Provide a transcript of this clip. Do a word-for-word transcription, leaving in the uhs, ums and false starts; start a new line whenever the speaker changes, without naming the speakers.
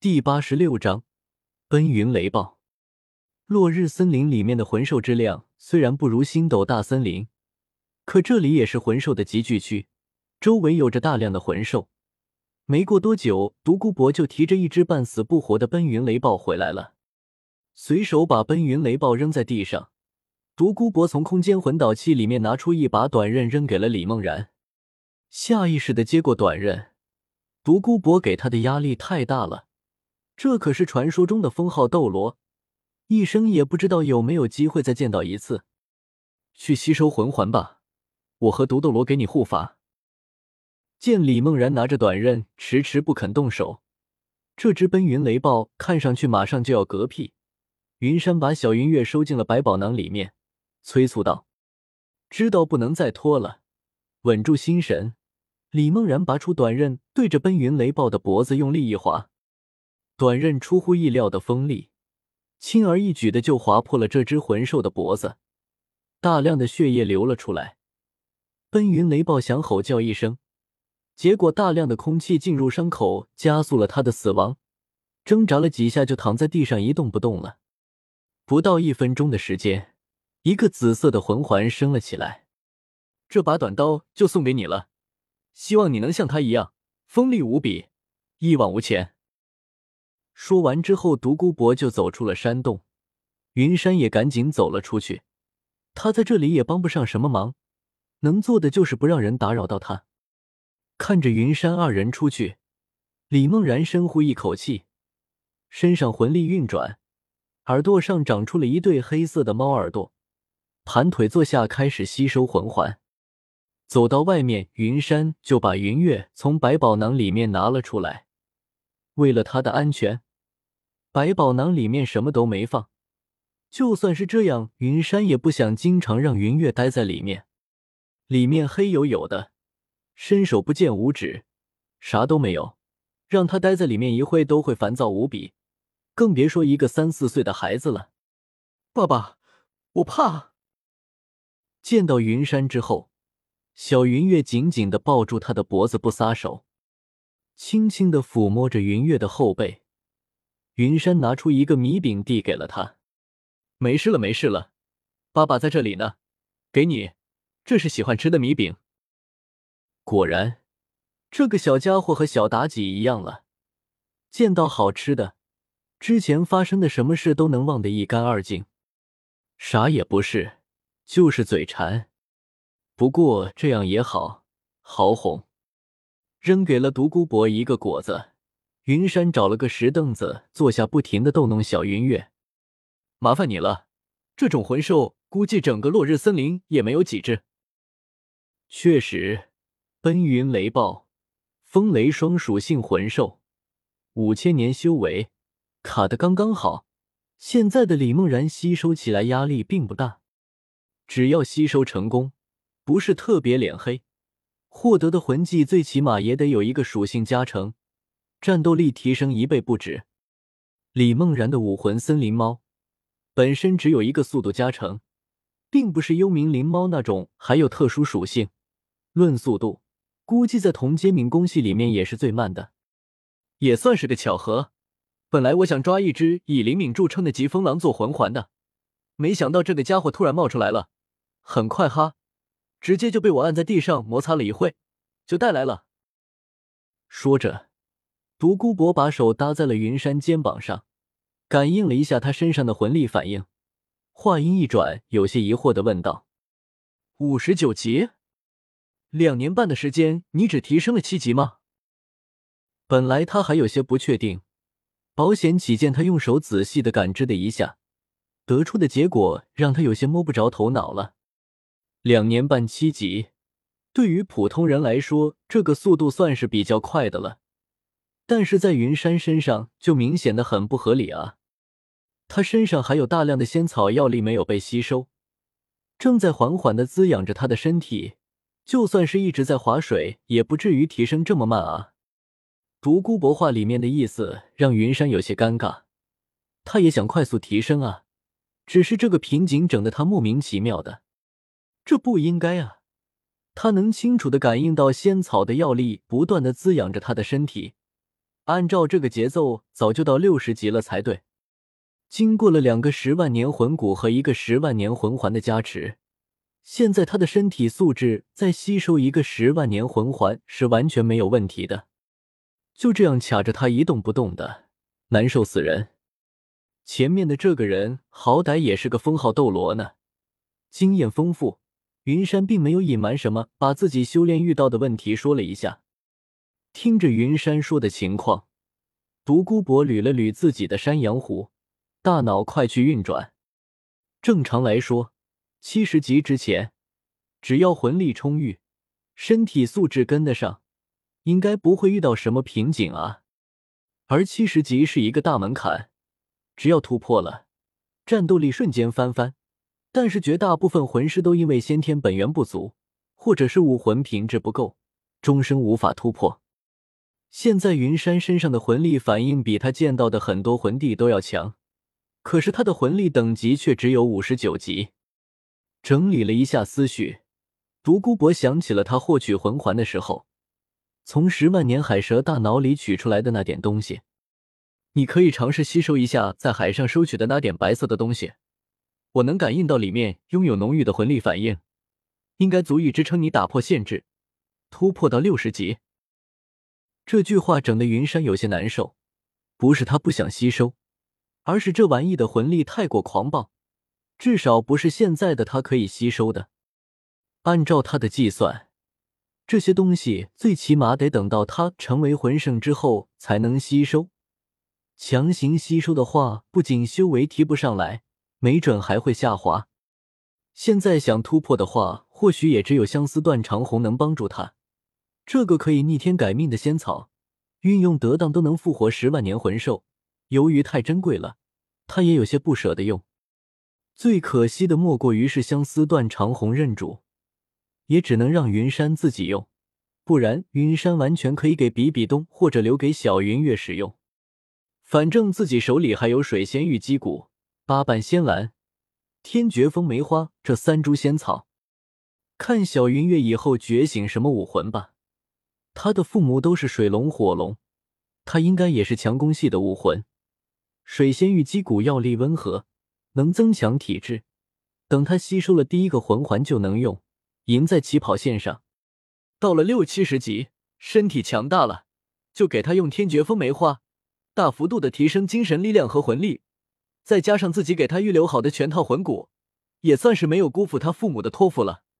第八十六章奔云雷暴。落日森林里面的魂兽质量虽然不如星斗大森林，可这里也是魂兽的集聚区，周围有着大量的魂兽。没过多久，独孤博就提着一只半死不活的奔云雷暴回来了，随手把奔云雷暴扔在地上。独孤博从空间魂导器里面拿出一把短刃扔给了李梦然，下意识地接过短刃。独孤博给他的压力太大了，这可是传说中的封号斗罗，一生也不知道有没有机会再见到一次。去吸收魂环吧，我和毒斗罗给你护法。见李梦然拿着短刃迟迟不肯动手，这只奔云雷暴看上去马上就要嗝屁。云山把小云月收进了百宝囊里面，催促道：知道不能再拖了，稳住心神。李梦然拔出短刃，对着奔云雷暴的脖子用力一划，短刃出乎意料的锋利，轻而易举的就划破了这只魂兽的脖子，大量的血液流了出来。奔云雷暴想吼叫一声，结果大量的空气进入伤口，加速了他的死亡，挣扎了几下就躺在地上一动不动了。不到一分钟的时间，一个紫色的魂环升了起来。这把短刀就送给你了，希望你能像他一样锋利无比，一往无前。说完之后，独孤博就走出了山洞，云山也赶紧走了出去。他在这里也帮不上什么忙，能做的就是不让人打扰到他。看着云山二人出去，李梦然深呼一口气，身上魂力运转，耳朵上长出了一对黑色的猫耳朵，盘腿坐下开始吸收魂环。走到外面，云山就把云月从百宝囊里面拿了出来。为了他的安全，百宝囊里面什么都没放，就算是这样，云山也不想经常让云月待在里面。里面黑黝黝的，伸手不见五指，啥都没有，让他待在里面一会都会烦躁无比，更别说一个三四岁的孩子了。爸爸，我怕。见到云山之后，小云月紧紧地抱住他的脖子不撒手，轻轻地抚摸着云月的后背。云山拿出一个米饼递给了他，没事了没事了，爸爸在这里呢，给你，这是喜欢吃的米饼。果然，这个小家伙和小妲己一样了，见到好吃的，之前发生的什么事都能忘得一干二净。啥也不是，就是嘴馋。不过这样也好，好哄。扔给了独孤博一个果子，云山找了个石凳子坐下，不停地逗弄小云月。麻烦你了，这种魂兽估计整个落日森林也没有几只。确实，奔云雷暴，风雷双属性魂兽，五千年修为，卡得刚刚好。现在的李梦然吸收起来压力并不大，只要吸收成功，不是特别脸黑，获得的魂技最起码也得有一个属性加成，战斗力提升一倍不止。李梦然的武魂森林猫本身只有一个速度加成，并不是幽冥灵猫那种还有特殊属性，论速度估计在同阶冥宫系里面也是最慢的。也算是个巧合，本来我想抓一只以灵敏著称的疾风狼做魂环的，没想到这个家伙突然冒出来了，很快哈，直接就被我按在地上摩擦了一会，就带来了。说着，独孤博把手搭在了云山肩膀上，感应了一下他身上的魂力反应，话音一转，有些疑惑地问道：五十九级？两年半的时间，你只提升了七级吗？本来他还有些不确定，保险起见，他用手仔细地感知了一下，得出的结果让他有些摸不着头脑了。两年半七级，对于普通人来说，这个速度算是比较快的了，但是在云山身上就明显的很不合理啊。他身上还有大量的仙草药力没有被吸收，正在缓缓地滋养着他的身体，就算是一直在划水，也不至于提升这么慢啊。独孤博话里面的意思让云山有些尴尬，他也想快速提升啊，只是这个瓶颈整得他莫名其妙的。这不应该啊，他能清楚地感应到仙草的药力不断地滋养着他的身体， 按照这个节奏，早就到六十级了才对。经过了两个十万年魂骨和一个十万年魂环的加持，现在他的身体素质再吸收一个十万年魂环是完全没有问题的。就这样卡着他一动不动的，难受死人。前面的这个人好歹也是个封号斗罗呢，经验丰富，云山并没有隐瞒什么，把自己修炼遇到的问题说了一下。听着云山说的情况，独孤博捋了捋自己的山羊胡，大脑快去运转。正常来说，七十级之前，只要魂力充裕，身体素质跟得上，应该不会遇到什么瓶颈啊。而七十级是一个大门槛，只要突破了，战斗力瞬间翻番。但是绝大部分魂师都因为先天本源不足，或者是武魂品质不够，终生无法突破。现在云山身上的魂力反应比他见到的很多魂帝都要强，可是他的魂力等级却只有五十九级。整理了一下思绪，独孤博想起了他获取魂环的时候，从十万年海蛇大脑里取出来的那点东西。你可以尝试吸收一下在海上收取的那点白色的东西，我能感应到里面拥有浓郁的魂力反应，应该足以支撑你打破限制，突破到六十级。这句话整得云山有些难受，不是他不想吸收，而是这玩意的魂力太过狂暴，至少不是现在的他可以吸收的。按照他的计算，这些东西最起码得等到他成为魂圣之后才能吸收。强行吸收的话，不仅修为提不上来，没准还会下滑。现在想突破的话，或许也只有相思断肠红能帮助他。这个可以逆天改命的仙草，运用得当都能复活十万年魂兽，由于太珍贵了，他也有些不舍得用。最可惜的莫过于是相思断肠红认主，也只能让云山自己用，不然云山完全可以给比比东或者留给小云月使用。反正自己手里还有水仙玉击鼓、八瓣仙兰、天绝风梅花这三株仙草，看小云月以后觉醒什么武魂吧。他的父母都是水龙火龙，他应该也是强攻系的武魂。水仙玉击鼓药力温和，能增强体质，等他吸收了第一个魂环就能用，赢在起跑线上。到了六七十级，身体强大了，就给他用天绝风梅花，大幅度的提升精神力量和魂力，再加上自己给他预留好的全套魂骨，也算是没有辜负他父母的托付了。